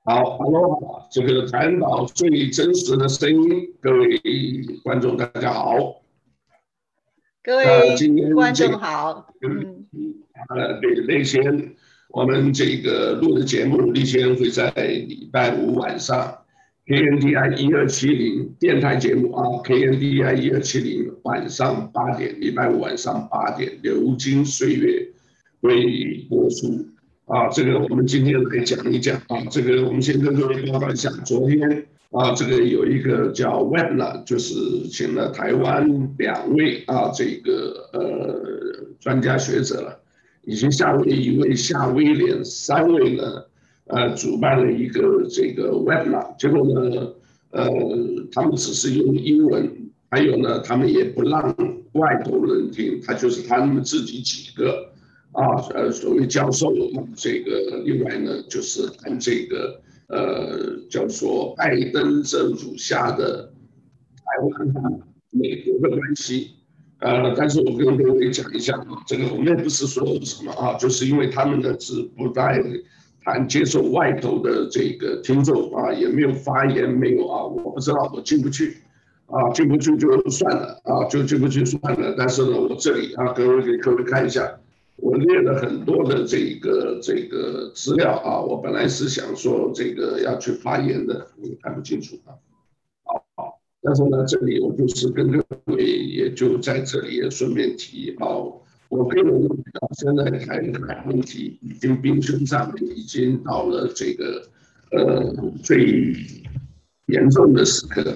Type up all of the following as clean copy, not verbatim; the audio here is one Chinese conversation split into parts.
好，Hello，这个谈到最真实的声音，各位观众大家好。 各今位观天这个众好， 对，那天我们这个录的节目，那天会在礼拜五晚上，KNDI 1270电台节目啊，KNDI 1270晚上8点，礼拜五晚上8点，流金岁月会播出。这个我们今天来讲一讲这个我们先跟各位报告一下，昨天这个有一个叫 Webna，就是请了台湾2位这个专家学者了，以及夏威夷1位、夏威廉3位呢，主办了一个这个 Webna，结果呢，他们只是用英文，还有呢，他们也不让外头人听，他就是他们自己几个。所谓教授，这个另外呢，就是谈这个叫做拜登政府下的台湾和美国的关系。但是我跟各位讲一下这个我们也不是说什么就是因为他们的是不再谈接受外头的这个听众也没有发言，没有我不知道我进不去。进不去就算了就进不去算了。但是呢，我这里给各位看一下，我列了很多的这个资料我本来是想说这个要去发言的，你看不清楚好，但是呢，这里我就是跟各位也就在这里也顺便提我个人认为现在台海问题已经兵凶战危，已经到了这个最严重的时刻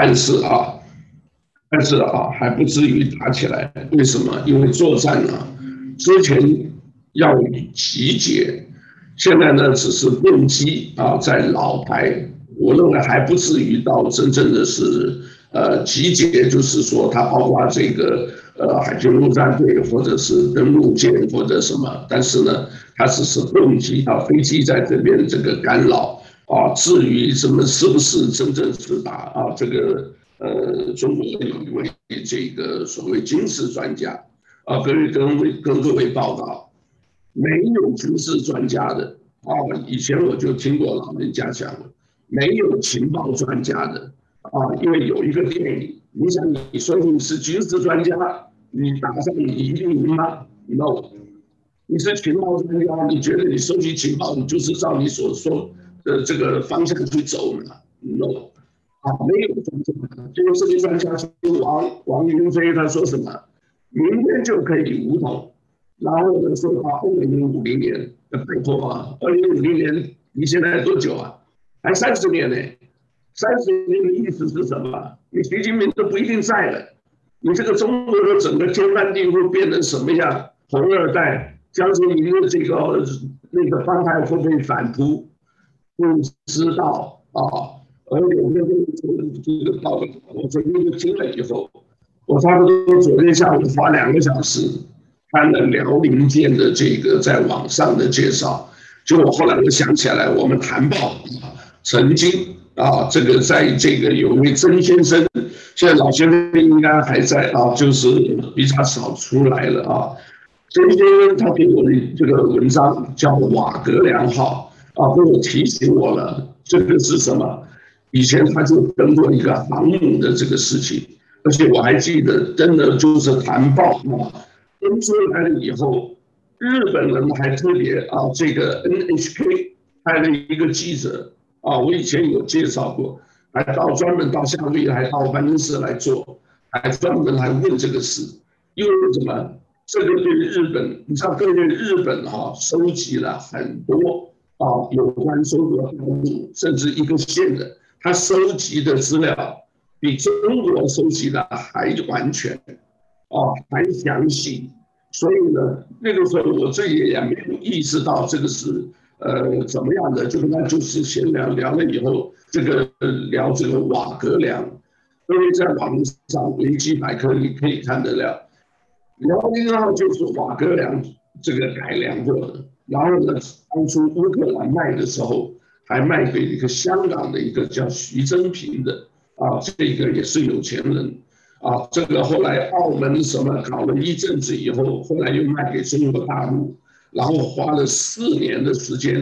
但是还不至于打起来。为什么？因为作战之前要集结，现在呢只是动机在老牌，我认为还不至于到真正的是集结，就是说它包括这个海军陆战队或者是登陆舰或者什么，但是呢它只是动机飞机在这边这个干扰至于什么是不是真正是打这个中国有一位这个所谓军事专家跟各位报告，没有军事专家的以前我就听过老人家讲，没有情报专家的因为有一个电影，你想你说你是军事专家，你打仗你一定赢吗？No，你是情报专家，你觉得你收集情报，你就是照你所说的这个方向去走嘛？No，没有专家，结果这个专家是王云飞，他说什么？明天就可以武统，然后呢说到2050年，拜托2050年离现在多久还30年呢？30年的意思是什么？你习近平都不一定在了，你这个中国的整个天翻地覆变成什么样？红2代江泽民的这个那个方案会不会反扑？不知道而且我这个报告，我昨天就听了以后，我差不多昨天下午花2个小时看了辽宁舰的这个在网上的介绍，就我后来我想起来，我们谈报曾经这个在这个有位曾先生，现在老先生应该还在就是比较少出来了曾先生他给我的这个文章叫瓦格良号跟我提醒我了，这个是什么？以前他就登过一个航母的这个事情，而且我还记得登的就是谈报登出来了以后，日本人还特别这个 NHK 派了一个记者我以前有介绍过，还专门到夏威夷，还到办公室来做，还专门来问这个事，因为什么？这个对日本，你知道，对日本收集了很多有关中国大陆甚至一个县的，他收集的资料比中国收集的还完全还详细。所以呢，那个时候我自己也没有意识到这个是怎么样的，就跟他就是闲聊聊了以后，这个聊这个瓦格良，因为在网上维基百科你可以看得了。辽宁号就是瓦格良这个改良过的，然后呢，当初乌克兰卖的时候，还卖给一个香港的一个叫徐增平的这个也是有钱人这个后来澳门什么搞了一阵子以后，后来又卖给中国大陆，然后花了4年的时间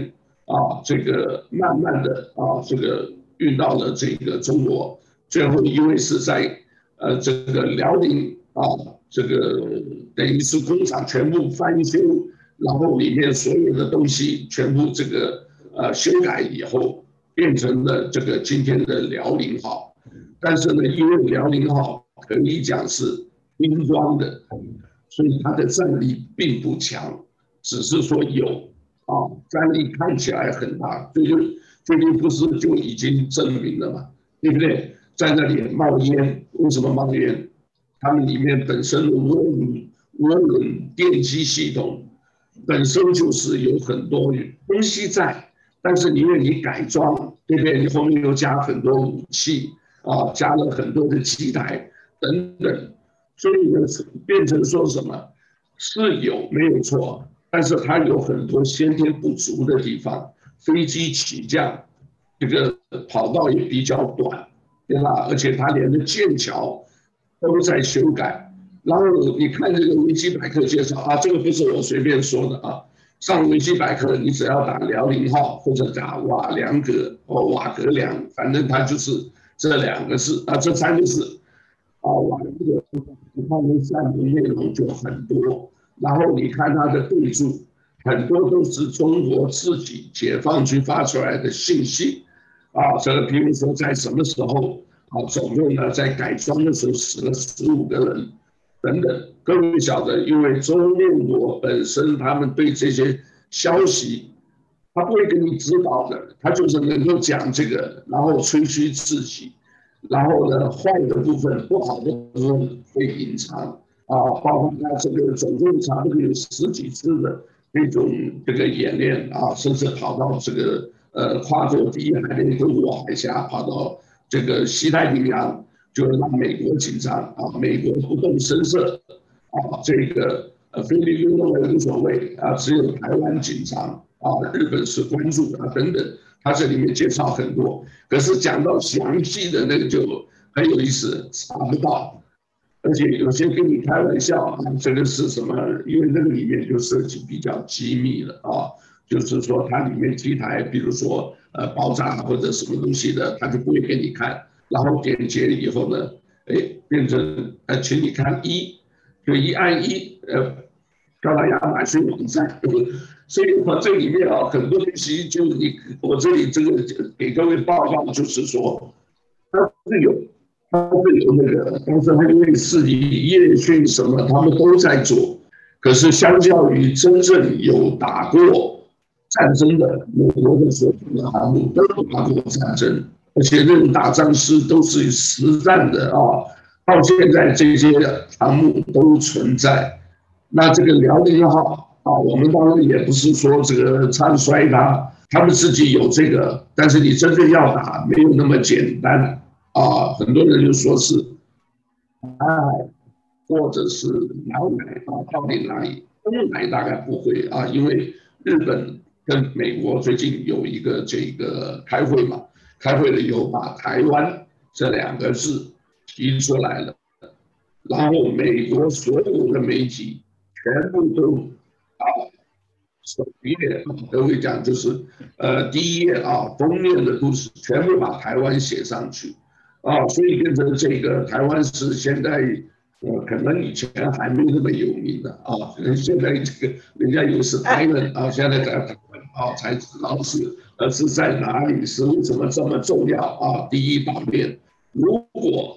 这个慢慢的这个运到了这个中国，最后因为是在这个辽宁这个等于是工厂全部翻修，然后里面所有的东西全部这个修改以后，变成了这个今天的辽宁号。但是呢，因为辽宁号可以讲是拼装的，所以它的战力并不强，只是说有战力看起来很大，最近不是就已经证明了嘛，对不对？在那里冒烟，为什么冒烟？他们里面本身的涡轮电机系统本身就是有很多东西在，但是因为你改装，对不对？你后面又加很多武器加了很多的机台等等，所以呢，变成说什么是有没有错，但是它有很多先天不足的地方，飞机起降这个跑道也比较短，对吧？而且它连的剑桥都在修改。然后你看这个维基百科介绍这个不是我随便说的上维基百科你只要打辽宁号或者打瓦良格瓦格良，反正它就是这2个字这3个字瓦良格，你看那下面内容就很多，然后你看它的备注，很多都是中国自己解放军发出来的信息这个比如说在什么时候总共呢在改装的时候死了15个人。等等，各位晓得，因为中共国本身他们对这些消息，他不会给你指导的，他就是能够讲这个，然后吹嘘自己，然后呢，坏的部分、不好的部分会隐藏包括他这个总共差不多有10几次的那种这个演练甚至跑到这个跨过第一海联东部海峡，跑到这个西太平洋。就让美国紧张美国不动声色这个菲律宾认为无所谓只有台湾紧张日本是关注等等，他这里面介绍很多，可是讲到详细的那个就很有意思，查不到，而且有些跟你开玩笑这个是什么？因为那个里面就涉及比较机密了就是说它里面机台，比如说爆炸或者什么东西的，他就不会给你看。然后点击以后呢，变成请你看就一按跳到亚马逊网站，所以我这里面很多东西就我这里这个给各位报告，就是说它是有那个，但是它因为是以夜讯什么，他们都在做，可是相较于真正有打过战争的美国的所有的航母都有打过战争。而且这种打仗是都是实战的到现在这些航母都存在。那这个辽宁号我们当然也不是说这个唱衰它，他们自己有这个，但是你真正要打没有那么简单很多人就说是南海或者是南海到底哪里？东海大概不会因为日本跟美国最近有一个这个开会嘛。开会了以后，把台湾这2个字提出来了，然后美国所有的媒体全部都首页都会讲，就是第1页封面的都是全部把台湾写上去所以变成这个台湾是现在可能以前还没那么有名的现在这个人家以为是台湾现在在台湾才知道是在哪里，是为什么这么重要第一岛链，如果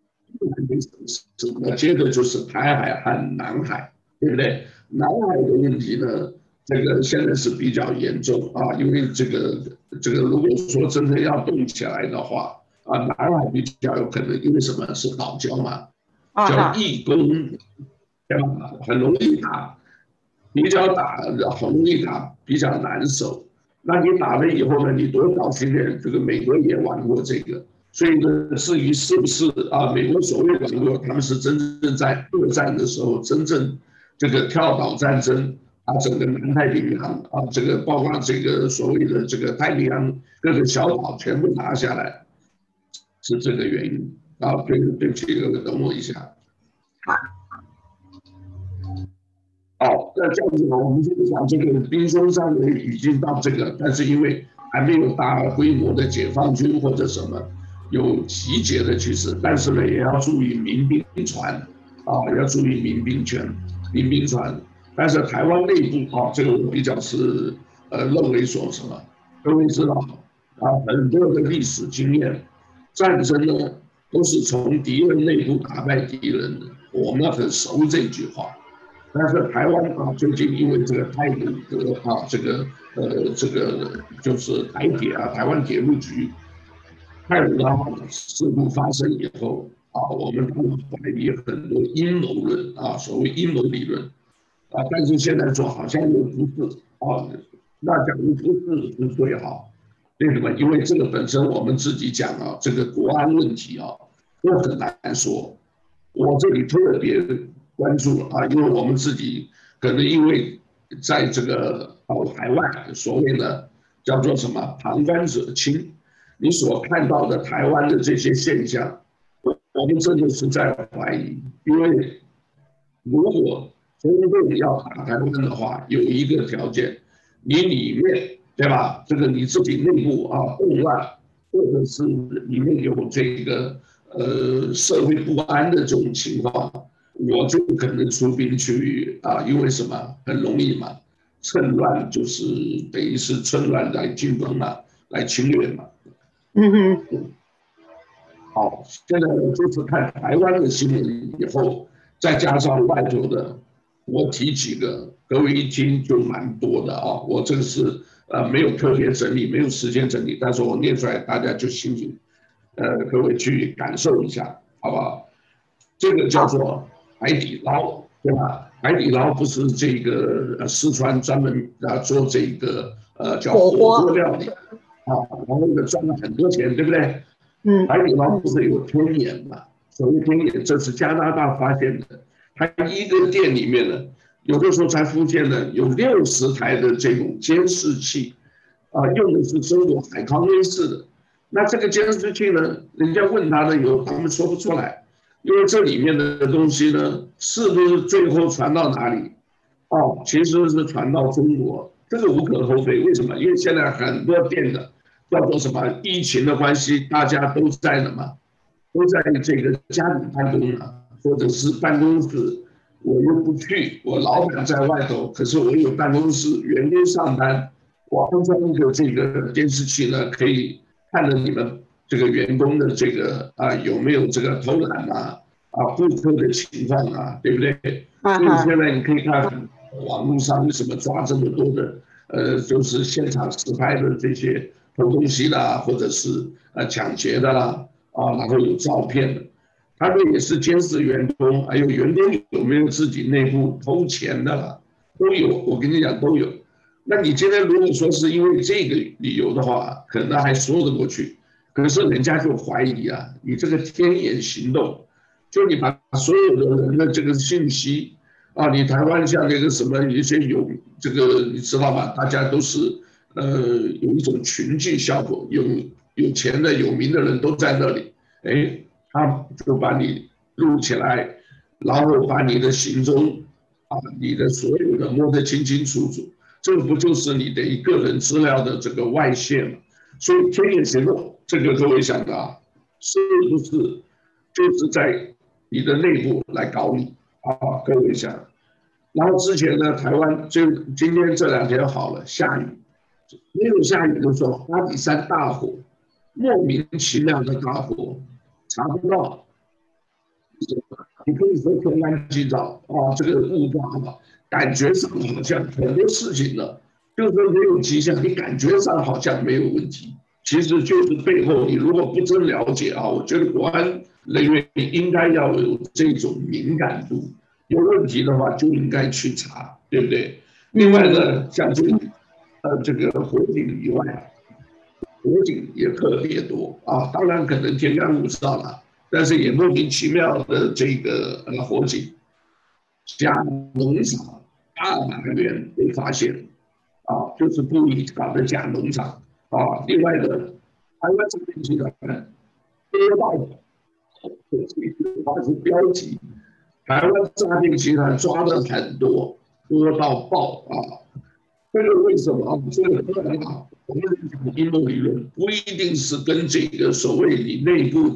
那接着就是台海和南海，对不对？南海的问题呢，这个现在是比较严重因为这个如果说真的要动起来的话南海比较有可能，因为什么是岛礁嘛，叫易攻，对吧？很容易打，比较打很容易打，比较难守。那你打了以后呢，你多小心点，这个美国也玩过这个。所以呢，至于是不是美国所谓玩过，他们是真正在2战的时候，真正这个跳岛战争整个南太平洋这个包括这个所谓的这个太平洋各个小岛全部拿下来，是这个原因对不起，等我一下。 哦，那这样子呢，我们就讲这个兵凶战危已经到这个，但是因为还没有大规模的解放军或者什么有集结的趋势，但是呢，也要注意民兵船啊，要注意民兵船。但是台湾内部啊，这个我比较是认为说什么，各位知道啊，很多的历史经验，战争呢都是从敌人内部打败敌人的，我们很熟这句话。但是台湾啊，最近因为这个太鲁阁啊，这个就是台铁啊，台湾铁路局太鲁号事故发生以后啊，我们都怀疑很多阴谋论啊，所谓阴谋理论啊，但是现在说好像又不是啊，那假如不是是最好，为什么？因为这个本身我们自己讲啊，这个国安问题啊，都很难说。我这里特别关注啊，因为我们自己可能因为在这个海外所谓的叫做什么旁观者清，你所看到的台湾的这些现象，我们真的是在怀疑，因为如果中共要打台湾的话，有一个条件，你里面对吧？这个你自己内部啊动乱，或者是里面有这个社会不安的这种情况，我就可能出兵去啊，因为什么很容易嘛，趁乱就是等于是趁乱来进攻嘛，来侵略嘛。 嗯哼， 好，现在就是看台湾的新闻以后，再加上外头的，我提几个，各位一听就蛮多的啊。我这个是没有特别整理，没有时间整理，但是我念出来，大家就心里各位去感受一下，好不好？这个叫做海底捞，对吧？海底捞不是这个四川专门做这个叫火锅料理啊，然后呢赚了很多钱，对不对？海底捞不是有天眼嘛？所谓天眼，这是加拿大发现的。它一个店里面呢，有的时候才发现呢有60台的这种监视器，啊，用的是中国海康威视的。那这个监视器呢，人家问他的以后，他们说不出来，因为这里面的东西呢，是不是最后传到哪里？哦，其实是传到中国，这个无可厚非。为什么？因为现在很多店的叫做什么疫情的关系，大家都在的嘛，都在这个家里办公啊，或者是办公室，我又不去，我老板在外头，可是我有办公室，员工上班，我安装一个这个电视器呢，可以看着你们这个员工的这个有没有这个偷懒顾客的情况对不对？所以现在你可以看网络上为什么抓这么多的就是现场实拍的这些偷东西的或者是抢劫的啦然后有照片的，他们也是监视员工，还有员工有没有自己内部偷钱的啦，都有。我跟你讲都有。那你今天如果说是因为这个理由的话，可能还说得过去。可是人家就怀疑你这个天眼行动，就你把所有的人的这个信息你台湾像那个什么一些有这个你知道吗？大家都是有一种群聚效果，有钱的有名的人都在那里，哎，他就把你录起来，然后把你的行踪你的所有的摸得清清楚楚，这个不就是你的一个人资料的这个外泄吗？所以天眼行动，这个各位想的是不是就是在你的内部来搞你各位想。然后之前呢，台湾就今天这2天好了，下雨，没有下雨的时候，阿里山大火，莫名其妙的大火，查不到，你可以说天干地燥这个雾化感觉上好像很多事情呢，就是没有迹象，你感觉上好像没有问题，其实就是背后你如果不真了解我觉得国安人员应该要有这种敏感度，有问题的话就应该去查，对不对？另外呢，像这个火警以外，火警也特别多当然可能天干物燥了。但是也莫名其妙的这个火警，加农场大麻园被发现就是故意搞的假农场另外的台湾这边集团割到这句话是标题，台湾诈骗集团抓了很多多到爆啊！这个为什么啊？这个当然啊，我们讲阴谋理论不一定是跟这个所谓你内部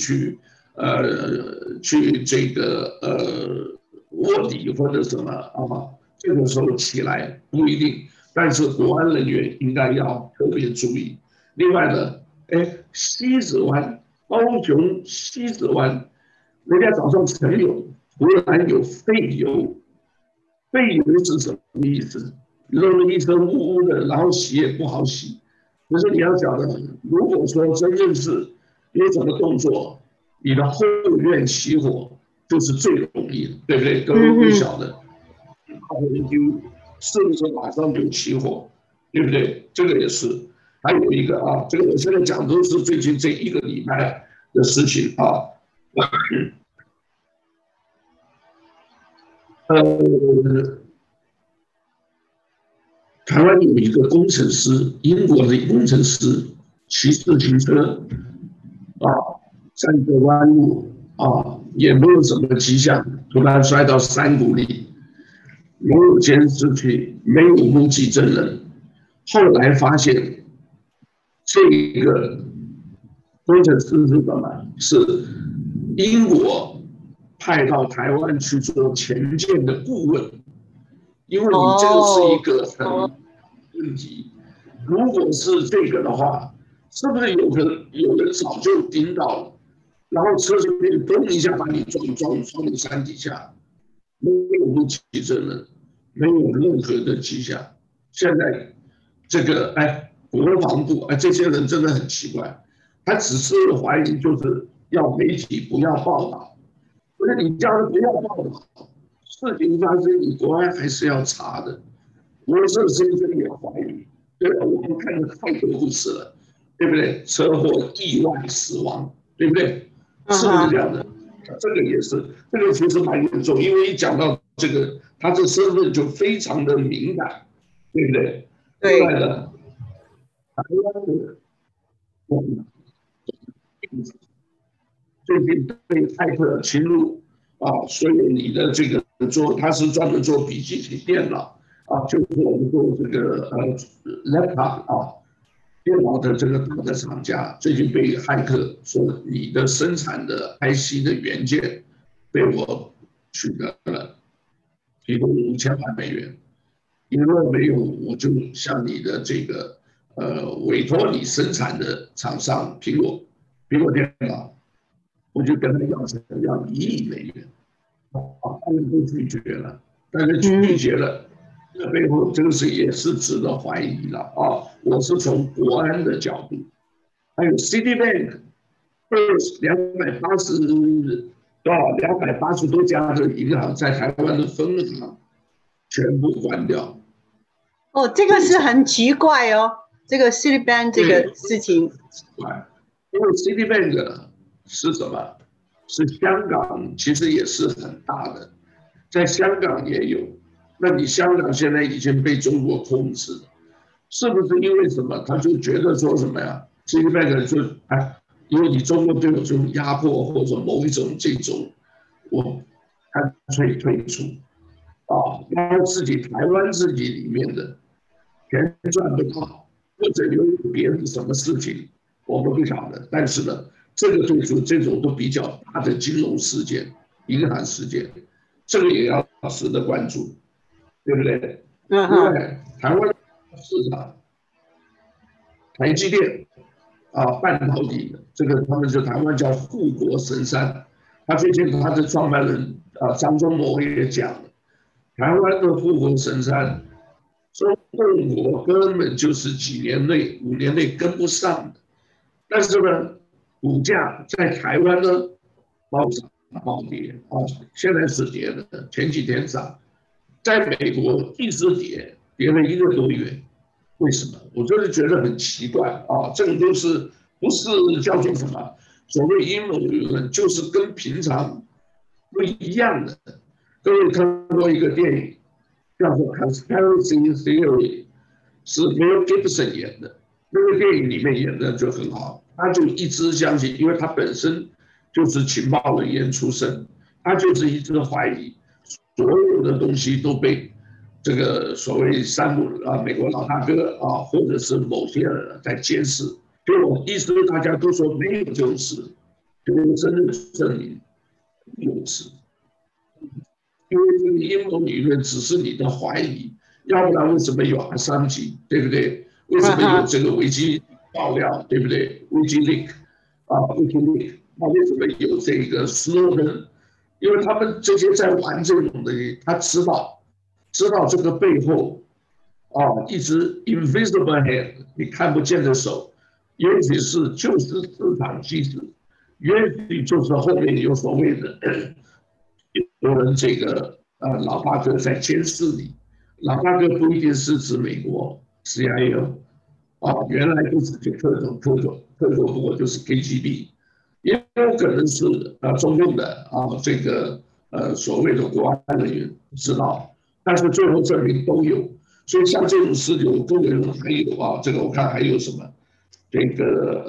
去这个卧底或者什么啊，这个时候起来不一定，但是国安人员应该要特别注意。另外呢，西子湾，高雄西子湾，人家早上晨有，突然有废油，废油是什么意思？弄得一身污污的，然后洗也不好洗。可是你要晓得，如果说真正是有什么动作，你的后院起火就是最容易的，对不对？各位不晓得，后院就是不是马上就起火，对不对？这个也是。还有一个啊，这个我现在讲都是最近这一个礼拜的事情啊。台湾有一个工程师，英国的工程师骑自行车啊，在一个弯路啊，也没有什么迹象，突然摔到山谷里，没有监视器，没有目击证人。后来发现，这个工程师是什么？是英国派到台湾去做前建的顾问，因为你这个是一个很问题。如果是这个的话，是不是有人早就盯到了，然后车子可以咚一下把你撞到山底下，没有目击证人，没有任何的迹象。现在这个国防部这些人真的很奇怪，他只是怀疑就是要媒体不要报道，可是你叫他不要报道，事情发生你国安还是要查的。我是深深也怀疑，对吧？我们看了太多故事了，对不对？车祸、意外死亡，对不对？是不是这样的？这个也是，这个其实蛮严重，因为一讲到这个，他这身份就非常的敏感，对不对？ 对。 另外呢，台湾的最近被骇客侵入啊，所以你的这个他是专门做笔记体电脑啊，就是我们做这个laptop 啊，电脑的这个大的厂家，最近被骇客说你的生产的 IC 的元件被我取得了，提供$5000万，因为没有我就向你的这个委托你生产的厂商苹果电脑。我就跟他要$1亿，他们都拒绝了，但是拒绝了，这背后这个也是值得怀疑了啊！我是从国安的角度，还有 Citibank 280多家的银行在台湾的分行全部关掉。 哦，这个是很奇怪哦，这个 Citibank 这个事情。 因为 Citibank 是什么？是香港，其实也是很大的，在香港也有。那你香港现在已经被中国控制了，是不是因为什么？他就觉得说什么呀 ？Citibank 就因为你中国对我这种压迫或者某一种这种，我干脆退出啊，然后台湾自己里面的钱赚不到，或者有别的什么事情，我们不晓得。但是呢，这个就是这种都比较大的金融事件、银行事件，这个也要值得关注，对不对？因为台湾市场，台积电半导体这个他们就台湾叫护国神山，他最近他的创办人张忠谋也讲了，台湾的护国神山。中共国根本就是5年内跟不上的，但是呢，股价在台湾呢暴涨暴跌现在是跌的，前几天涨，在美国一直跌了1个多月，为什么？我就是觉得很奇怪这个都是不是叫做什么所谓阴谋理论，就是跟平常不一样的。各位看过一个电影？叫做《Conspiracy Theory》，是 Mel Gibson 演的。那个电影里面演的就很好，他就一直相信，因为他本身就是情报人员出身，他就是一直怀疑所有的东西都被这个所谓山姆美国老大哥或者是某些人在监视，结果意思大家都说没有这种事，结果真的证明有事，因为这个阴谋理论只是你的怀疑，要不然为什么有Assange，对不对？为什么有这个维基爆料，对不对？WikiLeaks为什么有这个Snowden？因为他们这些在玩这种的，他知道这个背后一只 invisible hand， 你看不见的手，也许就是市场机制，也许就是后面有所谓的有人这个老大哥在监视你，老大哥不一定是指美国 CIA 原来都是特种，不过就是 KGB。也有可能是中共的这个所谓的国安人员不知道，但是最后证明都有，所以像这种事有个人还有这个我看还有什么这个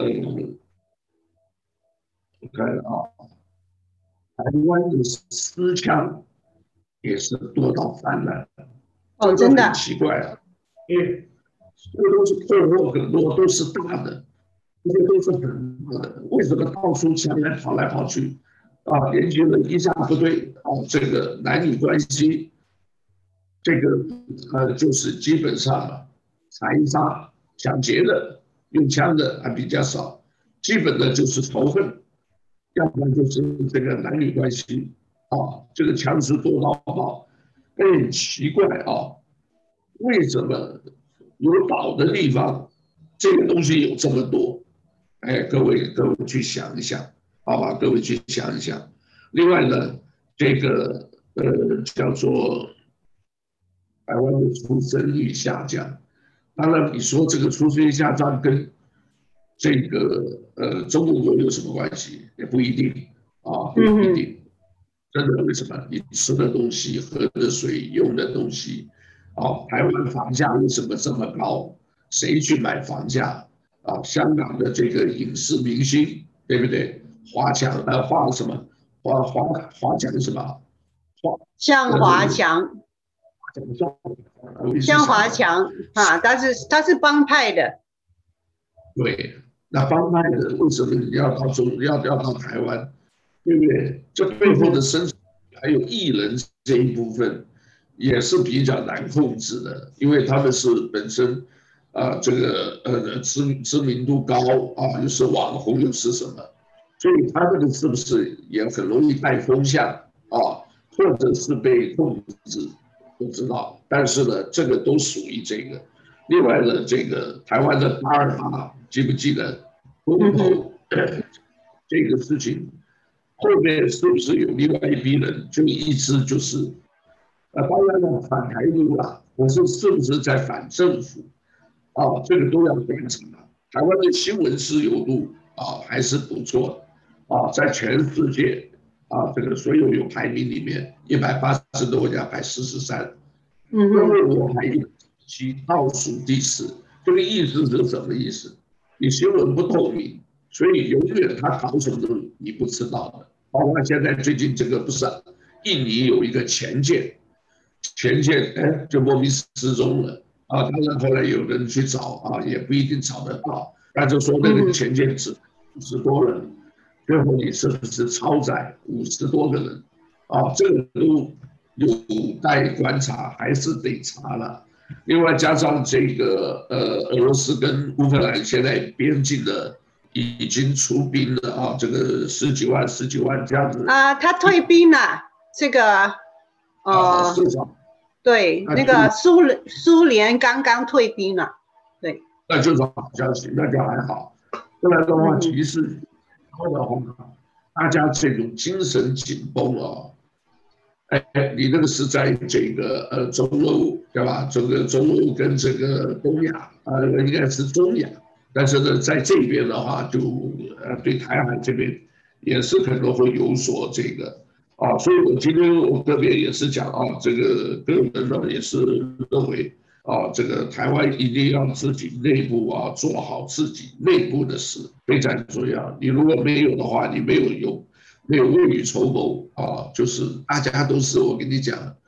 我看台湾的私枪也是多到翻了， 真的很奇怪因为这个都是破获很多都是大的。这些都是很大的，为什么到处枪来跑来跑去年轻人一下不对这个男女关系，这个就是基本上残杀、抢劫的、用枪的还比较少，基本的就是仇恨，要不然就是这个男女关系这个枪支多到爆，很奇怪为什么有岛的地方这个东西有这么多？各位去想一想，好吧？各位去想一想。另外呢，这个叫做台湾的出生率下降。当然，你说这个出生率下降跟这个中国有什么关系？也不一定不一定。真的，为什么？你吃的东西、喝的水、用的东西，台湾房价为什么这么高？谁去买房价？香港的这个影视明星，对不对？华什么？华强什么？ 向华强，向华强他是帮派的。 对，那帮派的为什么你要到台湾？对不对？这背后的生产还有艺人这一部分也是比较难控制的，因为他们是本身这个知名度高又是网红又是什么，所以他们的是不是也很容易带风向或者是被控制，不知道。但是呢，这个都属于这个。另外呢，这个台湾的828，记不记得公投这个事情？后面是不是有另外一批人就一直就是当然了反台独可是是不是在反政府这个都要观察。台湾的新闻自由度还是不错在全世界这个所有排名里面180多个国家排43，因为我还有倒数第4，这个意思是什么意思？你新闻不透明，所以永远他搞什么你不知道的。包括现在最近这个不是印尼有一个前舰就莫名失踪了当然后来有人去找也不一定找得到，但就说那个前舰只50多人，最后你是不是超载50多个人这个都有待观察，还是得查了。另外加上这个俄罗斯跟乌克兰现在边境的已经出兵了这个十几万这样子他退兵了，这个对，那个苏联刚刚退兵了，对， 那就是好消息，那就还好。不然的话，其实大家这种精神紧绷你那个是在这个中欧对吧？这个中欧跟这个东亚应该是中亚，但是呢，在这边的话就对台海这边也是可能会有所这个所以我今天我个别也是讲这个个人呢也是认为这个台湾一定要自己内部做好自己内部的事，非常重要。你如果没有的话，你没有未雨绸缪就是大家都是我跟你讲，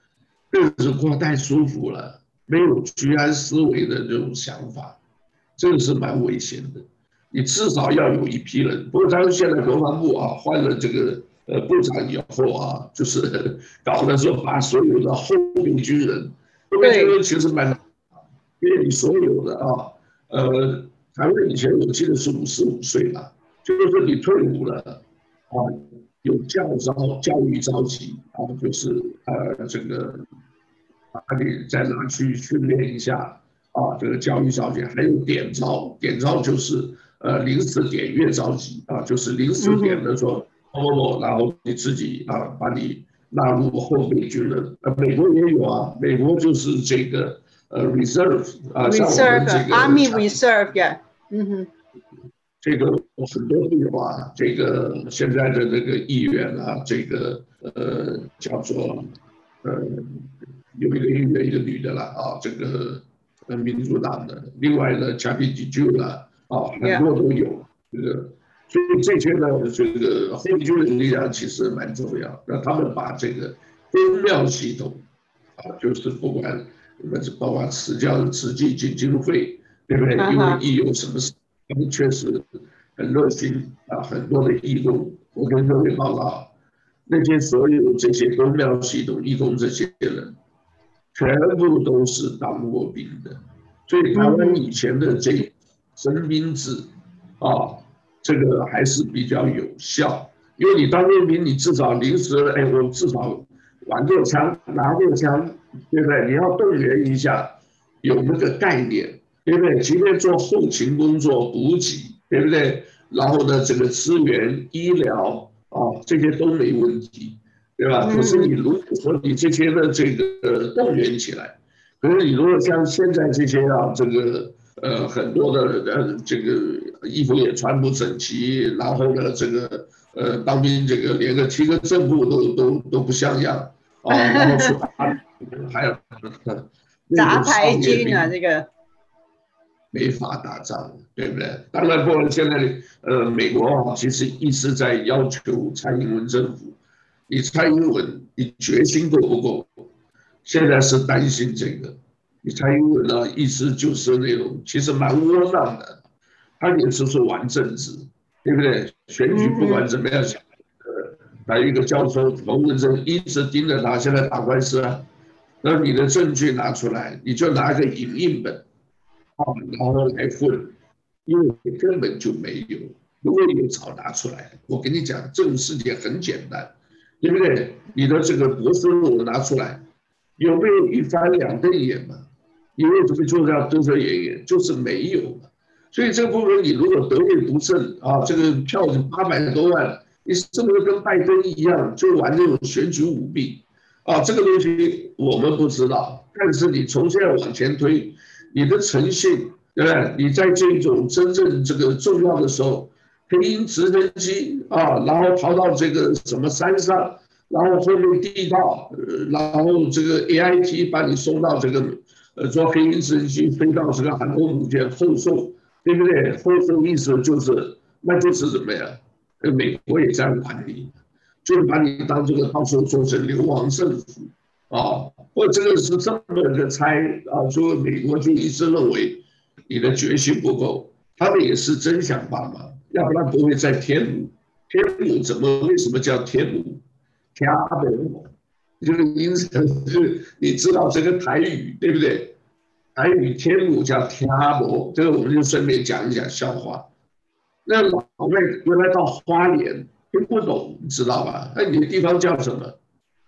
日子过得太舒服了，没有居安思危的这种想法，这个是蛮危险的。你至少要有一批人，不过咱们现在国防部啊换了这个部长以后啊，就是搞的说把所有的后备军人，后备军人其实蛮，因为你所有的啊，台湾以前我记得是55岁了，就是你退伍了啊，有教育召集啊，就是这个把你再拿去训练一下啊，这个教育召集，还有点招，点招就是临时点阅召集啊，就是临时点的说然后你自己啊把你纳入后备军人，美国也有啊，美国就是这个reserve 啊，像我们这个 Army Reserve 呀， 这个很多都有啊，这个现在的这个议员啊，这个叫做有一个议员一个女的了啊，这个民主党的，另外呢加比基就了啊，很多都有这个，所以这些呢这个后备军人力量其实蛮重要，让他们把这个公庙系统啊，就是不管包括慈教慈济经费，对不对？因为一有什么事。他们确实很热心啊，很多的义工。我跟各位报告，那些所有这些公庙系统义工这些人，全部都是当过兵的，所以台湾以前的这征兵制啊，这个还是比较有效。因为你当过兵，你至少临时，我至少玩过枪，拿过枪，对不对？你要动员一下，有那个概念。对不对？即便做后勤工作、补给，对不对？然后呢，这个资源、医疗啊，这些都没问题，对吧？可是你如果说你这些的这个动员起来，可是你如果像现在这些啊，这个很多的这个衣服也穿不整齐，然后呢，这个当兵这个连个提个正步都不像样啊，然后说还有杂牌军啊，这个。 没法打仗，对不对？当然，不然现在美国啊，其实一直在要求蔡英文政府，你蔡英文你决心够不够？现在是担心这个，你蔡英文呢，意思就是那种其实蛮窝囊的，他也是说玩政治，对不对？选举不管怎么样，还有一个教授彭文正一直盯着他，现在打官司啊，那你的证据拿出来，你就拿个影印本。然后来混，因为根本就没有。如果有早拿出来，我跟你讲，这种事情很简单，对不对？你的这个博士论文拿出来，有没有一翻两瞪眼嘛？你为什么就是要遮遮掩掩？就是没有嘛。所以这个部分，你如果得位不正啊，这个票子800多万，你是不是跟拜登一样，就玩这种选举舞弊啊？这个东西我们不知道，但是你从现在往前推。你的诚信，对不对？你在这种真正这个重要的时候，配音直升机啊，然后逃到这个什么山上，然后后面地道，然后这个 AIT 把你送到这个坐黑鹰直升机飞到这个航空母舰后送，对不对？后送意思就是，那就是怎么样？美国也在玩你，就是把你当这个到时候做成流亡政府。啊，或这个是这么的猜啊，说美国就一直认为你的决心不够，他们也是真想帮忙，要不然不会在天母。天母为什么叫天母？天母，这个音是你知道这个台语对不对？台语天母叫天母，这个我们就顺便讲一讲笑话。那老外原来到花莲听不懂，你知道吧？那你的地方叫什么？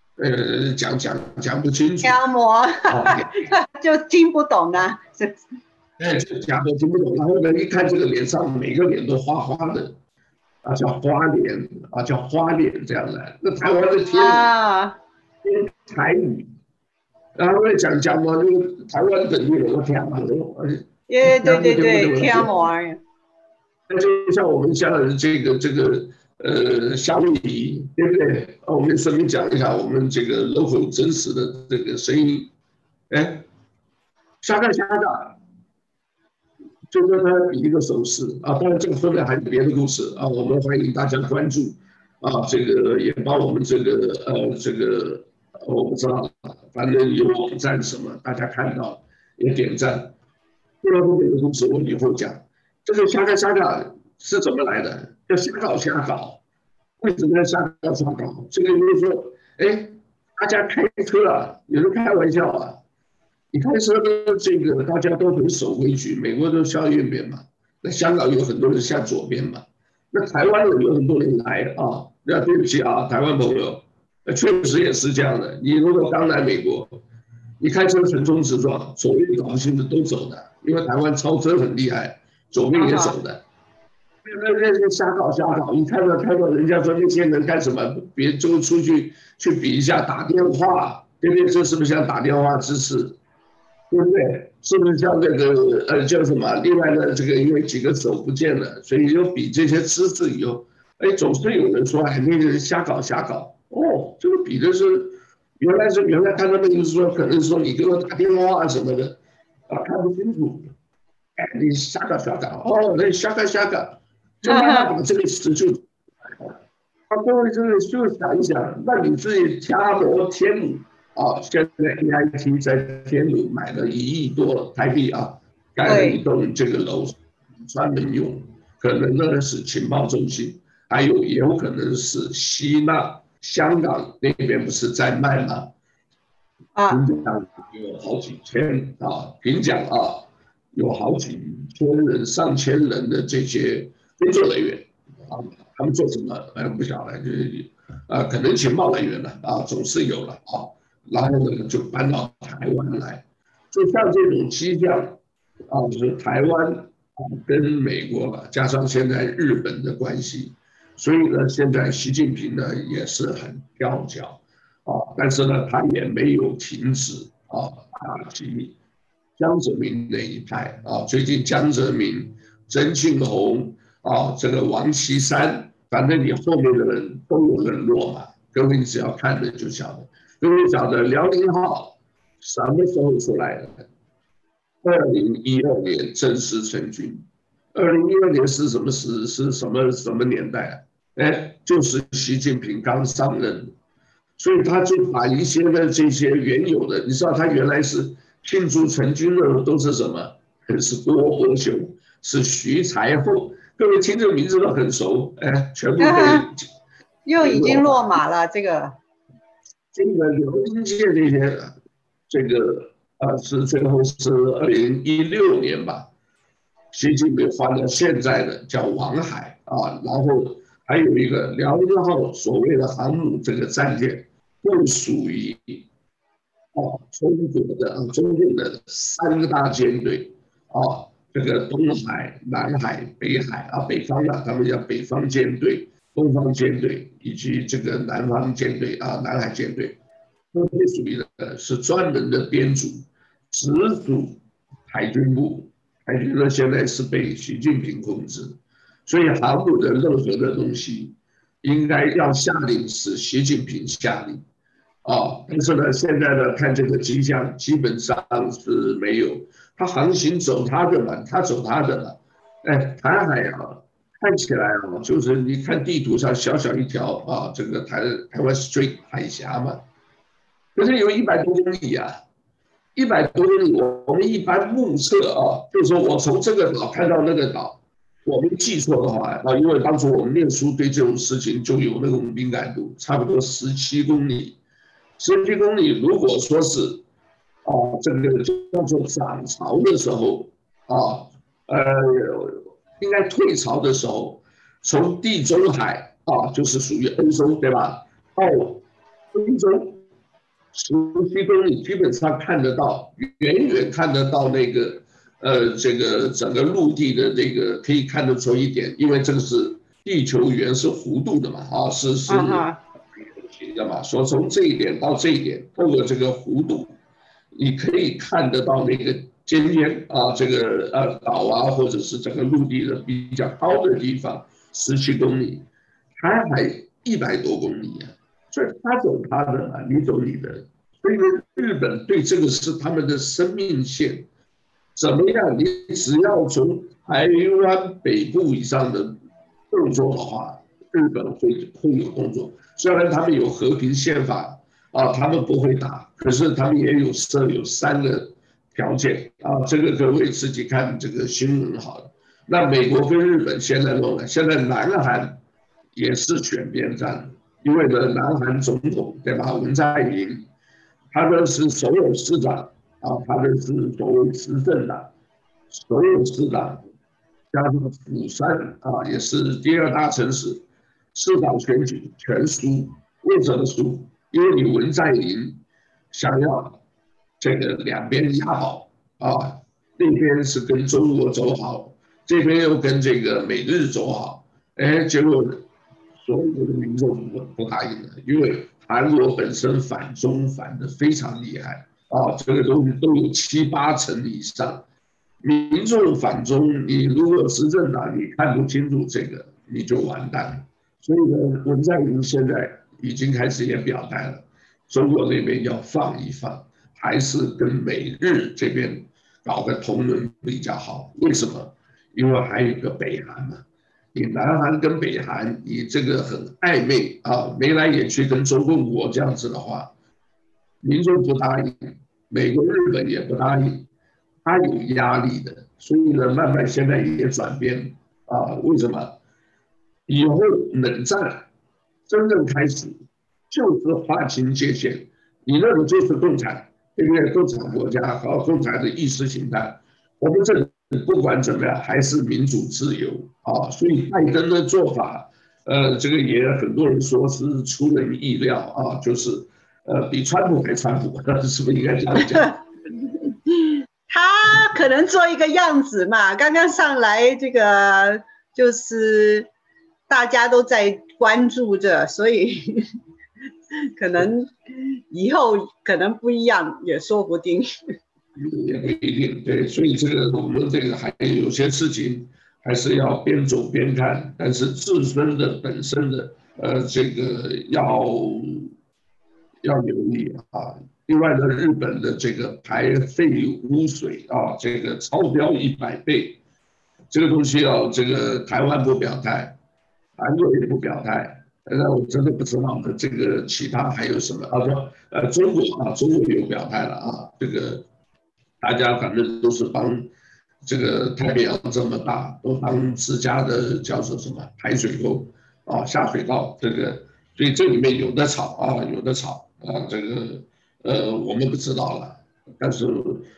讲不清楚， 瞎磨，就听不懂啊。 就讲都听不懂。然后呢，一看这个脸上每个脸都花花的，啊，叫花脸啊，叫花脸这样的。那台湾的天台语，然后讲嘛，那个台湾本地人我听不懂， 对，天磨。 那就像我们像这个夏威夷，对不对？我们顺便讲一下我们这个 local 真实的这个声音。哎，下个，就跟他比一个手势啊。当然，这个后面还有别的故事啊，我们欢迎大家关注啊。这个也帮我们这个我不知道， 反正有网站什么，大家看到也点赞。第二部分的故事我以后讲，这个瞎搞是怎么来的？叫瞎搞，为什么要瞎搞？这个就是说，哎，大家开车啊，有人开玩笑啊，你开车呢，这个大家都很守规矩，美国都向右边嘛，那香港有很多人向左边嘛，那台湾有很多人来啊，那对不起啊，台湾朋友，确实也是这样的。你如果刚来美国，你开车横冲直撞，左边搞不清楚都走的，因为台湾超车很厉害，左边也走的。那瞎搞，你看到人家说那些人干什么？别就出去比一下打电话，对不对？这是不是像打电话姿势？对不对？是不是像那个叫什么？另外呢，这个因为几个手不见了，所以又比这些姿势以后，哎，总是有人说，哎，那个人瞎搞。哦，这个比的是原来看到那个是说，可能说你给我打电话啊什么的，啊，看不清楚，哎，你瞎搞，哦，那瞎搞，就慢慢把这个词就，各位就想一想，那你自己加罗天母啊，现在 AIT 在天母买了1亿多台币啊，盖了一栋这个楼，专门用，可能呢是情报中心，还有也有可能是吸纳香港那边不是在卖吗？评奖有好几千啊，评奖啊有好几千人、上千人的这些工作人员啊，他们做什么？不晓得，就是可能情报人员了啊，总是有了啊。然后呢，就搬到台湾来，就像这种迹象啊，就是台湾啊跟美国吧，加上现在日本的关系，所以呢，现在习近平呢也是很跳脚。但是呢，他也没有停止打击江泽民那一派啊。最近江泽民、曾庆红这个王岐山，反正你后面的人都有人落马，各位你只要看了就晓得。各位晓得辽宁号什么时候出来的？2012年正式成军。2012年是什么时？是什么年代啊？哎，就是习近平刚上任。所以他就把一些的这些原有的，你知道他原来是庆祝成军的都是什么？是郭伯雄，是徐才厚，各位听这个名字都很熟，哎，全部被又已经落马了。这个刘英界这个是最后是2016年吧，习近平换了现在的叫王海啊，然后还有一个辽宁号所谓的航母这个战舰。不属于中共的3个大舰队这个东海、南海、北海北方啊，他们叫北方舰队、东方舰队以及这个南方舰队南海舰队，都属于的是专门的编组，直属海军部。海军呢现在是被习近平控制，所以航母的任何的东西应该要下令是习近平下令。但是呢，现在呢，看这个迹象，基本上是没有。他航行走他的嘛，他走他的了。哎，台海看起来就是你看地图上小小一条这个台湾 Strait 海峡嘛，可是有100多公里啊，100多公里，我们一般目测就是说我从这个岛看到那个岛，我没记错的话因为当初我们念书对这种事情就有那种敏感度，差不多17公里。17公里，如果说是这个叫做涨潮的时候应该退潮的时候，从地中海就是属于欧洲对吧？到非洲17公里，基本上看得到，远远看得到那个这个整个陆地的这个可以看得出一点，因为这个是地球圆是弧度的嘛是。说从这一点到这一点，透过这个弧度，你可以看得到那个尖这个岛或者是整个陆地的比较高的地方，17公里，台海100多公里所以他走他的嘛，你走你的。所以日本对这个是他们的生命线，怎么样？你只要从台湾北部以上的动作的话，日本会有动作。虽然他们有和平宪法他们不会打，可是他们也有设有3个条件这个各位自己看这个新闻好了。那美国跟日本现在弄了，现在南韩也是选边站，因为呢，南韩总统对吧，文在寅，他的是首尔市长他的是所谓执政党，首尔市长加上釜山也是第2大城市，市长选举全输。为什么输？因为你文在寅想要这个两边押宝那边是跟中国走好，这边又跟这个美日走好，结果所有的民众不答应了，因为韩国本身反中反的非常厉害这个都有7、8成以上。民众反中，你如果执政党你看不清楚这个，你就完蛋了。所以呢，文在寅现在已经开始也表态了，中国那边要放一放，还是跟美日这边搞个同盟比较好。为什么？因为还有一个北韩嘛，你南韩跟北韩，你这个很暧昧眉来眼去跟中共国这样子的话，民众不答应，美国、日本也不答应，他有压力的。所以呢，慢慢现在也转变为什么？以后冷战真正开始，就是划清界限，你那个就是共产，对不对？共产国家和共产的意识形态，我们这里不管怎么样还是民主自由所以拜登的做法，这个也很多人说是出人意料就是比川普还川普，是不是应该这样讲？ 他可能做一个样子嘛，刚刚上来这个就是大家都在关注着，所以可能以后可能不一样，也说不定。 也不一定，对，所以这个我们这个还有些事情还是要边走边看，但是自身的本身的这个要留意另外呢，日本的这个排废污水这个超标100倍，这个东西这个台湾不表态，韩国也不表态，那我真的不知道这个其他还有什么说中国中国有表态了这个大家反正都是帮这个太平洋这么大，都当自家的叫做什么排水沟下水道这个，所以这里面有的吵有的吵这个我们不知道了，但是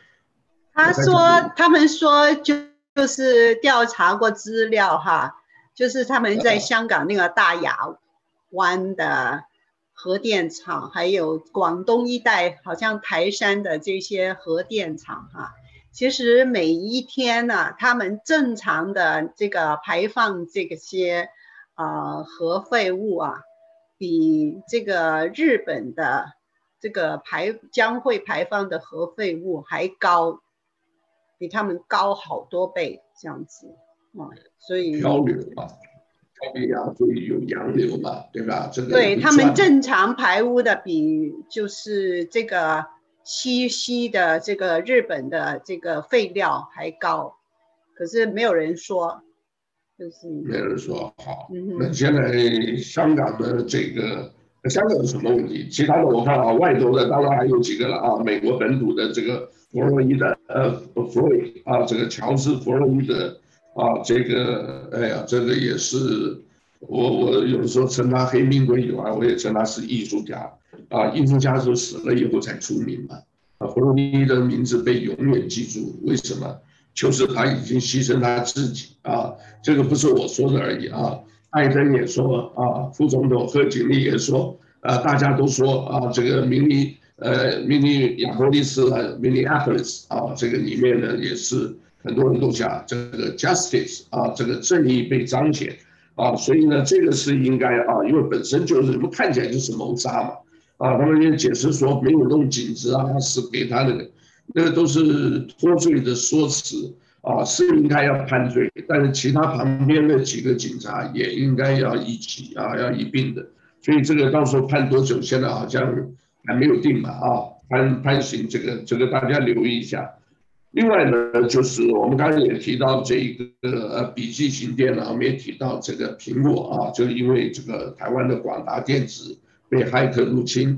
他们说就是调查过资料就是他们在香港那个大亚湾的核电厂，还有广东一带好像台山的这些核电厂其实每一天呢他们正常的这个排放这些核废物比这个日本的这个将会排放的核废物还高，比他们高好多倍这样子所以漂流太平洋所以有洋流嘛，对吧？这个对他们正常排污的比就是这个吸的这个日本的这个废料还高，可是没有人说，就是没人说好。那现在香港的这个香港有什么问题？其他的我看外头的当然还有几个了美国本土的这个弗洛伊德弗洛伊这个乔治弗洛伊德这个哎呀，这个也是我有时候称他黑命贵以外，我也称他是艺术家艺术家是死了以后才出名嘛弗洛伊德名字被永远记住，为什么？就是他已经牺牲他自己这个不是我说的而已拜登也说副总统贺锦丽也说大家都说这个明尼亚波利斯Minneapolis 这个里面呢也是很多人都讲这个 justice 这个正义被彰显所以呢这个是应该因为本身就是你们看起来就是谋杀嘛他们也解释说没有弄警子是给他那个都是脱罪的说辞是应该要判罪，但是其他旁边的几个警察也应该要一起要一并的，所以这个到时候判多久，现在好像还没有定嘛判刑这个大家留意一下。另外呢，就是我们刚才也提到这个笔记型电脑，我们也提到这个苹果就因为这个台湾的广达电子被骇客入侵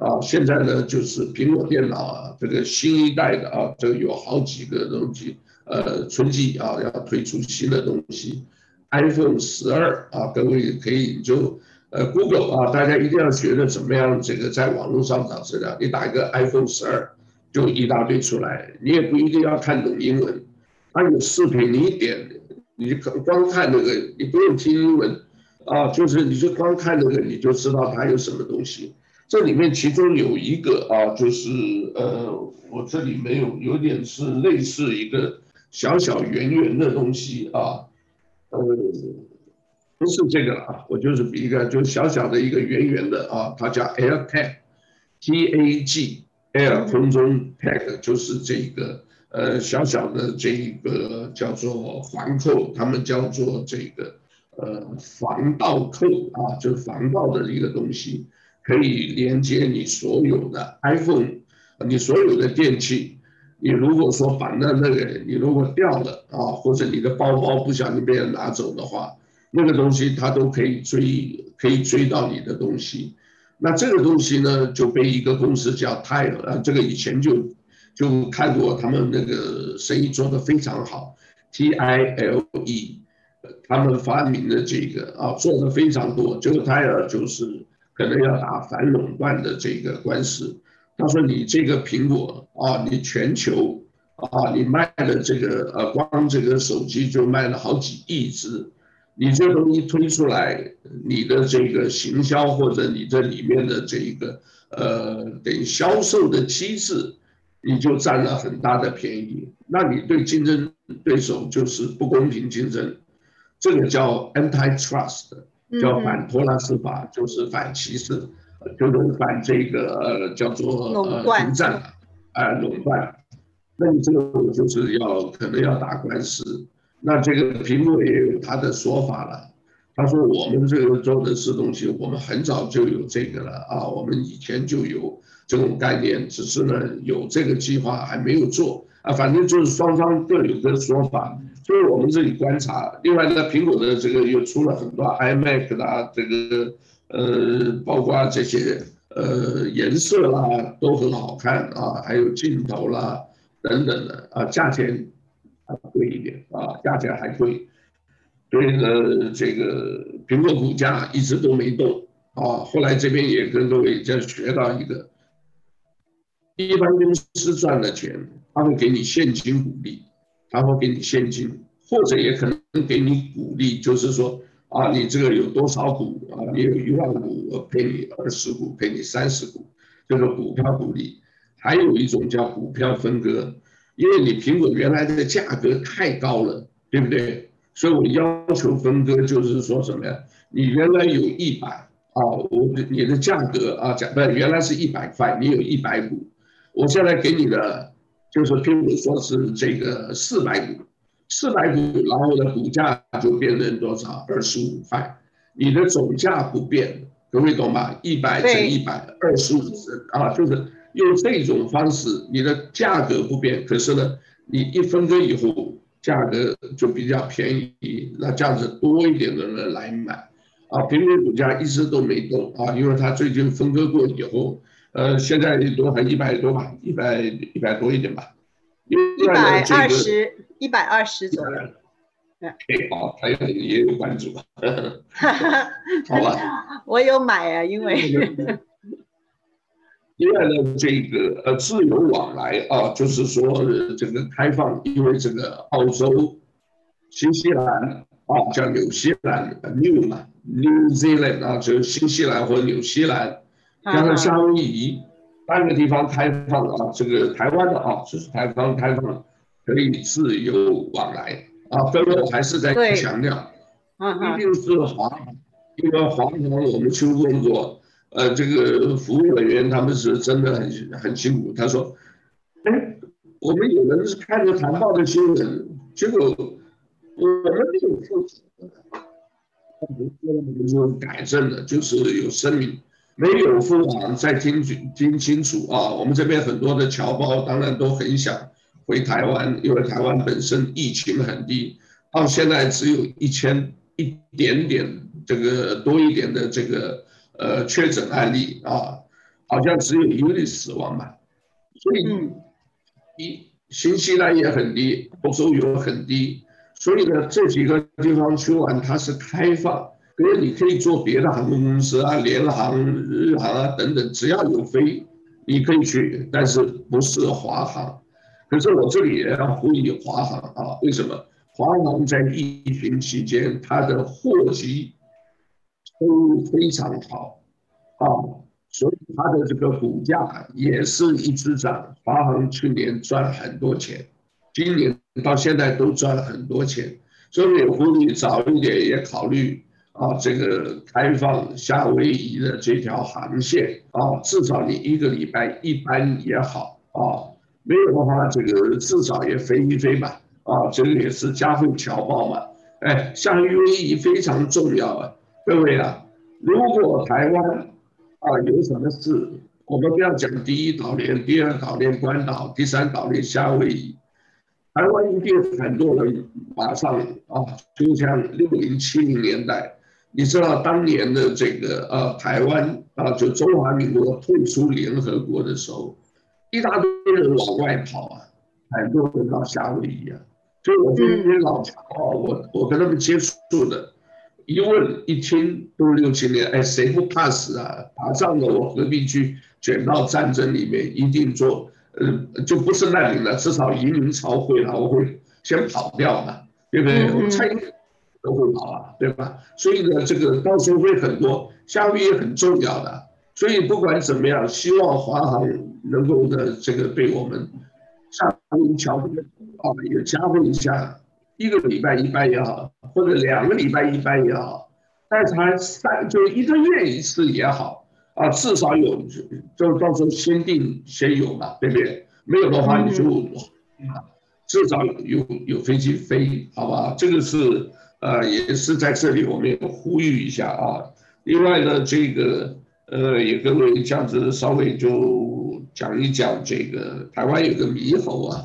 现在呢就是苹果电脑这个新一代的这个有好几个东西，春季要推出新的东西，iPhone 12各位可以就Google 大家一定要学着怎么样这个在网络上找资料，你打一个 iPhone 12就一大堆出来，你也不一定要看懂英文，它有视频你一点，你光看那个，你不用听英文就是你就光看那个你就知道它有什么东西。这里面其中有一个就是我这里没有点是类似一个小小圆圆的东西不是这个了我就是比一个就小小的一个圆圆的它叫 AirTag，T-A-G Air 空中 Tag 就是这个小小的这个叫做环扣，他们叫做这个防盗扣就是防盗的一个东西。可以连接你所有的 iPhone， 你所有的电器。你如果说绑在那个，你如果掉了或者你的包包不小心被人拿走的话，那个东西它都可以追到你的东西。那这个东西呢，就被一个公司叫 Tile， 这个以前就看过，他们那个生意做得非常好 ，T-I-L-E， 他们发明的这个做得非常多。这个 Tile 就是可能要打反垄断的这个官司。他说你这个苹果你全球你卖的这个光这个手机就卖了好几亿只，你这东西推出来，你的这个行销或者你这里面的这个等于销售的机制，你就占了很大的便宜，那你对竞争对手就是不公平竞争，这个叫 antitrust。叫反托拉斯法，就是反歧视，就是反这个叫做独占垄断。那你这个就是可能要打官司。那这个苹果也有他的说法了，他说我们这个做的是东西，我们很早就有这个了我们以前就有这种概念，只是呢有这个计划还没有做反正就是双方各有各说法。所以我们这里观察，另外呢，苹果的这个又出了很多 iMac 啦，这个包括这些颜色啦都很好看还有镜头啦等等的价钱还贵一点价钱还贵，所以呢，这个苹果股价一直都没动后来这边也跟各位再学到一个，一般公司赚了钱，他会给你现金股利。他会给你现金，或者也可能给你股利，就是说你这个有多少股你有1万股，我赔你20股，赔你30股，这个股票股利。还有一种叫股票分割，因为你苹果原来的价格太高了，对不对？所以我要求分割，就是说什么呀？你原来有100你的价格原来是100块，你有100股，我现在给你的。就是譬如说是这个400股，400股，然后呢股价就变成多少？25块，你的总价不变，各位懂吧？100乘100，25就是用这种方式，你的价格不变，可是呢，你一分割以后，价格就比较便宜，那这样子多一点的人来买苹果股价一直都没动因为它最近分割过以后。现在多还100多吧，100多一点吧。 120左右。 好，还有也有关注。好吧。 我有买因为。 另外呢，这个自由往来就是说这个开放，因为这个澳洲、新西兰叫纽西兰 New Zealand 就是新西兰或纽西兰。加上夏威夷3个地方开放这个台湾的就是台湾开放可以自由往来分我还是在强调，一定是华航，因为华航我们去问过，这个服务人员他们是真的很辛苦。他说，我们有人是看着谈报的新闻，结果我们没有负责，我们就改正了，就是有声明。没有付再听清楚我们这边很多的侨胞当然都很想回台湾，因为台湾本身疫情很低，到现在只有1000一点点这个多一点的这个确诊案例好像只有1例死亡嘛，所以新西兰也很低，欧洲也很低，所以呢，这几个地方去玩它是开放，因为你可以坐别的航空公司啊，联航、日航啊等等，只要有飞，你可以去，但是不是华航。可是我这里也要呼吁华航啊，为什么？华航在疫情期间，它的货机收入非常好啊，所以它的这个股价也是一直涨。华航去年赚很多钱，今年到现在都赚了很多钱，所以也呼吁早一点也考虑啊，这个开放夏威夷的这条航线啊，至少你1个礼拜一班也好啊，没有的话，这个至少也飞一飞吧啊，这个也是加惠侨胞嘛。哎，夏威夷非常重要啊，各位啊，如果台湾有什么事，我们不要讲第一岛链、第二岛链关岛、第三岛链夏威夷，台湾一定很多人马上就像60、70年代，你知道当年的这个台湾就中华民国退出联合国的时候，一大堆人往外跑啊，很多人到夏威夷啊，所以我这些老侨我跟他们接触的。一问一听都是6、7年，哎，谁不怕死啊？打仗了，我何必去卷到战争里面？一定做，就不是难民了，至少移民潮会了，我会先跑掉嘛，对不对？我蔡英文都会跑啊，对吧？所以呢，这个到时候会很多，夏威夷很重要的。所以不管怎么样，希望华航能够的这个对我们夏威夷侨胞也加惠一下。1个礼拜一班也好，或者2个礼拜一班也好，但是就1个月一次也好啊，至少有，就到时候先定先有嘛，对不对？没有的话你就至少有飞机飞，好吧？这个是也是在这里我们也呼吁一下啊。另外呢，这个也跟各位这样子稍微就讲一讲这个台湾有个猕猴啊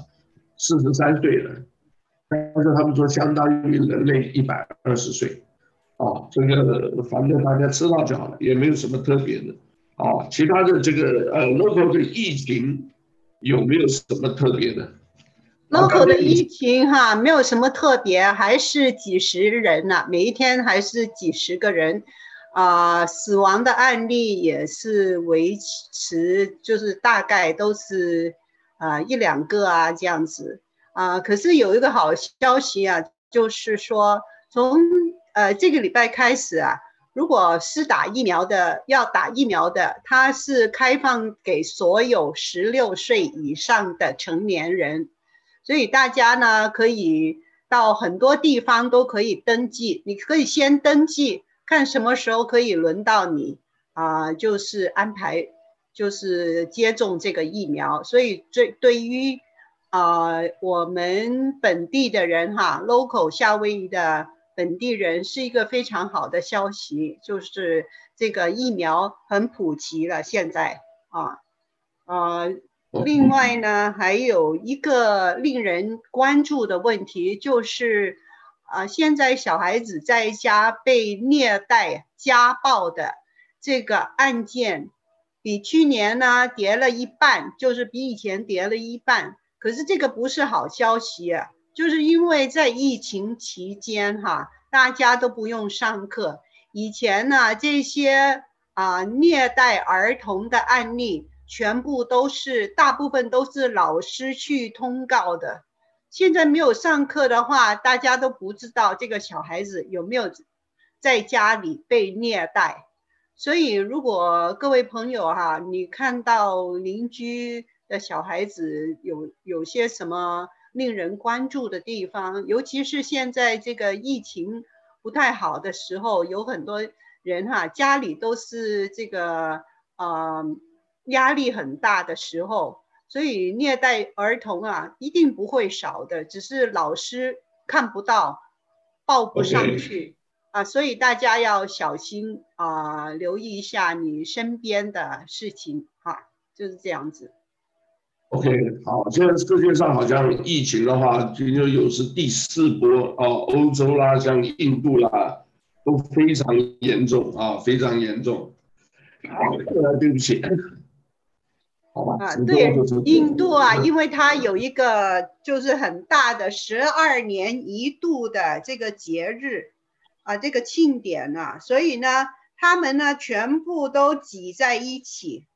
，43岁了。但是他们说相当于人类120岁，这个反正大家知道就好了，也没有什么特别的，其他的这个local 的疫情有没有什么特别的 ？local 的疫情哈，没有什么特别，还是几十人呢，每一天还是几十个人，死亡的案例也是维持，就是大概都是1、2个这样子。可是有一个好消息就是说从这个礼拜开始如果是要打疫苗的，它是开放给所有16岁以上的成年人，所以大家呢可以到很多地方都可以登记，你可以先登记，看什么时候可以轮到你就是安排就是接种这个疫苗，所以对于我们本地的人local 夏威夷的本地人是一个非常好的消息，就是这个疫苗很普及了现在另外呢，还有一个令人关注的问题就是现在小孩子在家被虐待家暴的这个案件比去年呢跌了1半，就是比以前跌了1半。可是这个不是好消息就是因为在疫情期间大家都不用上课，以前呢这些虐待儿童的案例大部分都是老师去通告的，现在没有上课的话，大家都不知道这个小孩子有没有在家里被虐待。所以如果各位朋友你看到邻居的小孩子有些什么令人关注的地方，尤其是现在这个疫情不太好的时候，有很多人家里都是这个压力很大的时候，所以虐待儿童一定不会少的，只是老师看不到报不上去所以大家要小心留意一下你身边的事情就是这样子。 OK， 好，现在世界上好像疫情的话，就有是第4波欧洲啦，像印度啦，都非常严重非常严重。对不起， 好吧？ 对，印度啊，因为它有一个就是很大的12年一度的这个节日啊，这个庆典啊，所以呢，他们呢全部都挤在一起，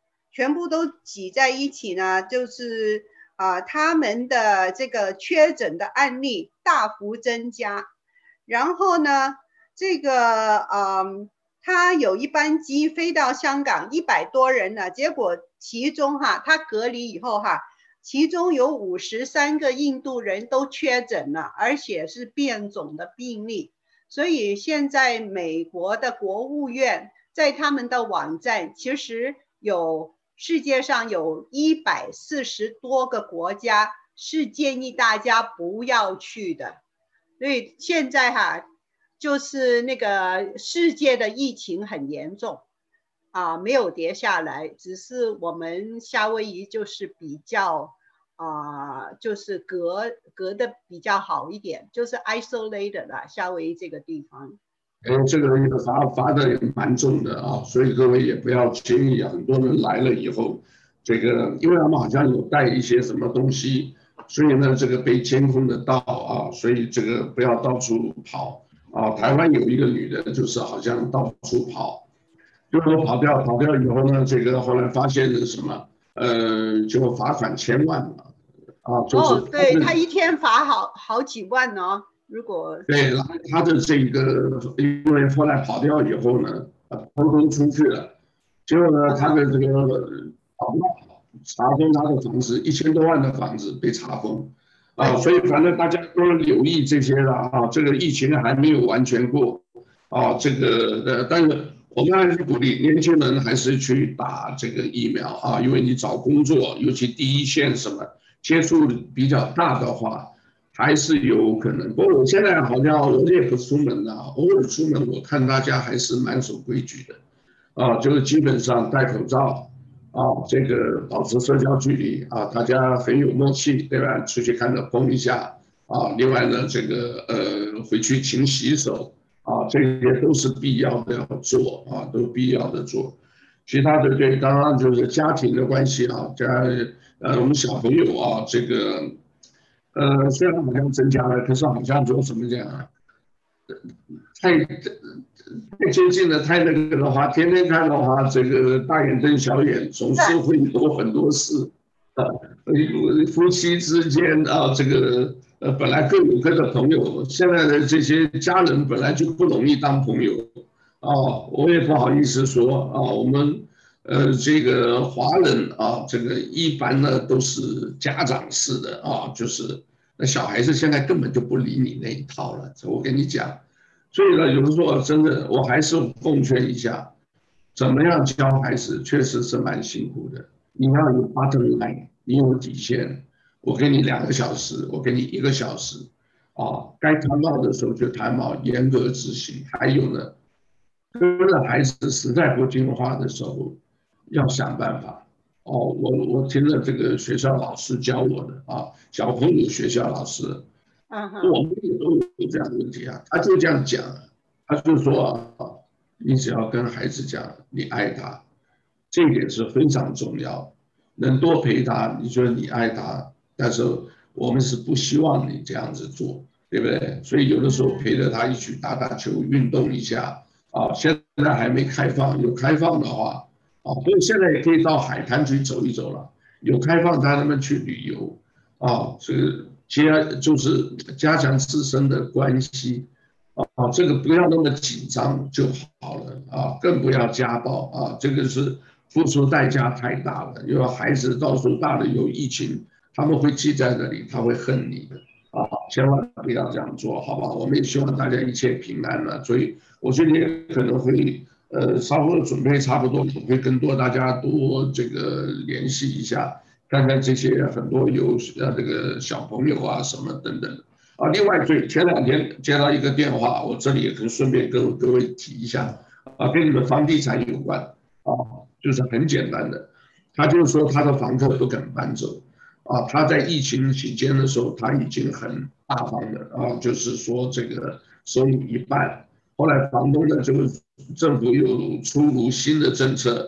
呢，就是他们的这个确诊的案例大幅增加，然后呢，这个他有一班机飞到香港，100多人呢，结果其中他隔离以后其中有53个印度人都确诊了，而且是变种的病例。所以现在美国的国务院在他们的网站，其实世界上有140多个国家是建议大家不要去的。所以现在就是那个世界的疫情很严重没有跌下来，只是我们夏威夷就是比较就是隔的比较好一点，就是 isolated 啦，夏威夷这个地方。 这个东西罚的也蛮重的所以各位也不要轻易很多人来了以后，这个因为他们好像有带一些什么东西，所以呢这个被监控得到所以这个不要到处跑台湾有一个女的，就是好像到处跑，就说跑掉以后呢，这个后来发现是什么？就罚款1000万了就是对，他一天罚好几万哦。如果对，然后他的这个，因为后来跑掉以后呢，偷偷出去了，结果呢，他的这个查封他的房子，1000多万的房子被查封所以反正大家都留意这些了这个疫情还没有完全过这个但是我们还是鼓励年轻人还是去打这个疫苗因为你找工作，尤其第一线什么接触比较大的话。还是有可能，不过我现在好像我也不出门了，偶尔出门我看大家还是蛮守规矩的，就是基本上戴口罩，这个保持社交距离大家很有默契，对吧？出去看着碰一下另外呢，这个回去勤洗手这些都是必要的要做都必要的做。其他的对，刚刚就是家庭的关系我们小朋友这个。虽然好像增加了，可是好像说什么讲太接近了，太那个的话，天天看的话，这个大眼瞪小眼，总是会有很多事夫妻之间这个本来各有各的朋友，现在的这些家人本来就不容易当朋友我也不好意思说我们这个华人这个一般呢都是家长式的就是那小孩子现在根本就不理你那一套了，我跟你讲。所以呢，有的时候真的我还是奉劝一下，怎么样教孩子确实是蛮辛苦的。你要有 bottom line， 你有底线。我给你2个小时，我给你1个小时该谈帽的时候就谈帽，严格执行。还有呢，跟着孩子实在不听话的时候，要想办法我听了这个学校老师教我的小朋友学校老师，我们也都有这样的问题他就这样讲，他就说你只要跟孩子讲你爱他，这一点是非常重要，能多陪他，你觉得你爱他，但是我们是不希望你这样子做，对不对？所以有的时候陪着他一起打打球，运动一下现在还没开放，有开放的话所以现在也可以到海滩去走一走了，有开放带他们去旅游这个就是加强自身的关系这个不要那么紧张就好了更不要家暴这个是付出代价太大了，因为孩子到时候大了有疫情，他们会记在那里，他会恨你的千万不要这样做，好不好？我们也希望大家一切平安了，所以我今天可能会稍后准备差不多，我会跟大家多这个联系一下，看看这些很多有这个小朋友什么等等另外前2天接到一个电话，我这里也可以顺便跟各位提一下跟你们房地产有关就是很简单的，他就是说他的房客不肯搬走他在疫情期间的时候，他已经很大方的就是说这个收你一半。后来房东呢，这个政府又出炉新的政策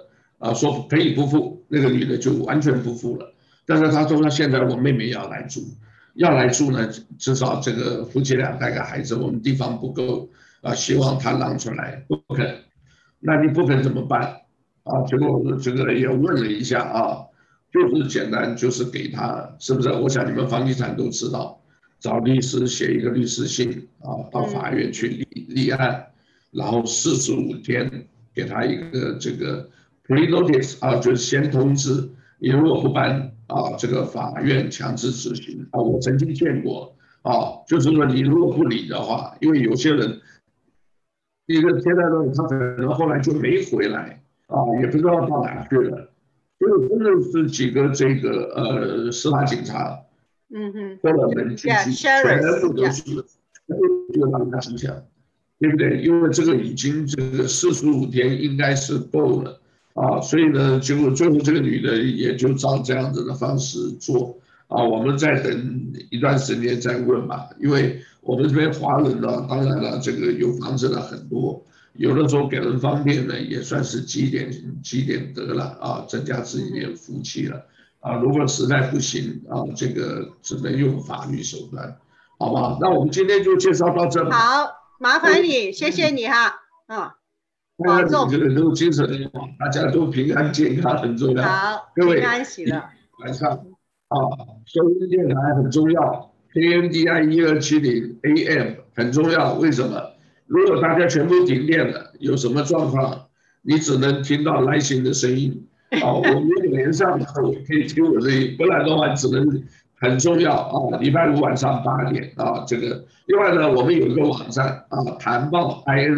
说可以不付，那个女的就完全不付了。但是她说她现在我妹妹要来住，要来住呢，至少这个夫妻俩带个孩子，我们地方不够希望她让出来，不肯。那你不肯怎么办？结果我这个也问了一下就是简单就是给他，是不是？我想你们房地产都知道，找律师写一个律师信到法院去立案，然后45天给他一个这个 pre notice 就是先通知，你如果不搬这个法院强制执行我曾经见过就是说你如果不理的话，因为有些人一个接待人他可能后来就没回来也不知道到哪去了。所以真的是几个这个司法警察，过了门进去，全部都是，全部就让他知晓，对不对？因为这个已经这个45天应该是够了所以呢，结果最后这个女的也就照这样子的方式做我们再等一段时间再问吧，因为我们这边华人呢，当然了，这个有房子的很多。有的时候给人方便呢，也算是积点德了增加自己点福气了如果实在不行这个只能用法律手段，好不好？那我们今天就介绍到这吧。 好，麻烦你，谢谢你哈，保重。 这个都精神很好，大家都平安健康很重要。 好， 各位平安喜乐。 晚上收音电台很重要 ，KNDI 1270 AM 很重要，为什么？如果大家全部停电了，有什么状况，你只能听到来信的声音我如果连上以后可以听我声音，不然的话只能很重要礼拜五晚上8点这个。另外呢，我们有一个网站谈报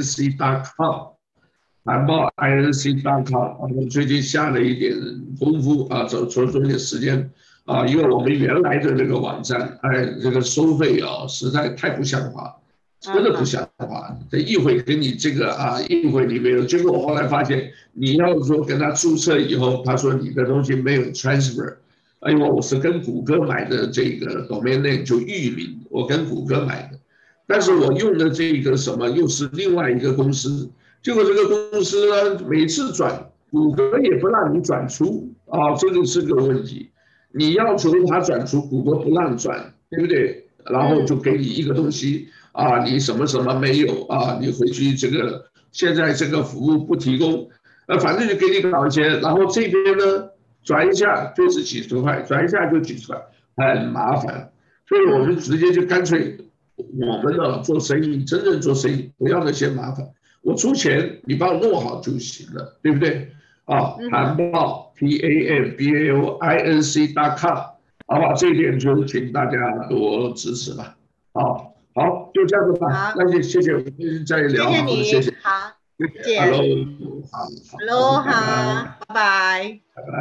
inc.com， 谈报 inc.com 我们最近下了一点功夫做一点时间因为我们原来的这个网站这个收费实在太不像话。真的不像话，这议会跟你这个议会里面有，结果我后来发现，你要说跟他注册以后，他说你的东西没有 transfer， 因为我是跟谷歌买的这个 domain name 就域名，我跟谷歌买的，但是我用的这个什么又是另外一个公司，结果这个公司呢每次转，谷歌也不让你转出这个是个问题，你要求他转出，谷歌不让转，对不对？然后就给你一个东西。你什么什么没有你回去这个现在这个服务不提供，反正就给你搞一些，然后这边呢转一下就是几十块，转一下就几十块，很麻烦，所以我们直接就干脆我们呢做生意，真正做生意不要那些麻烦，我出钱你帮我弄好就行了，对不对谈报 PANBAOINC.com 好吧，这一点就请大家多支持吧好，就这样子吧。那就谢谢，我们再聊。 谢谢你， 谢谢。 好， 谢谢。Hello， 好，拜拜。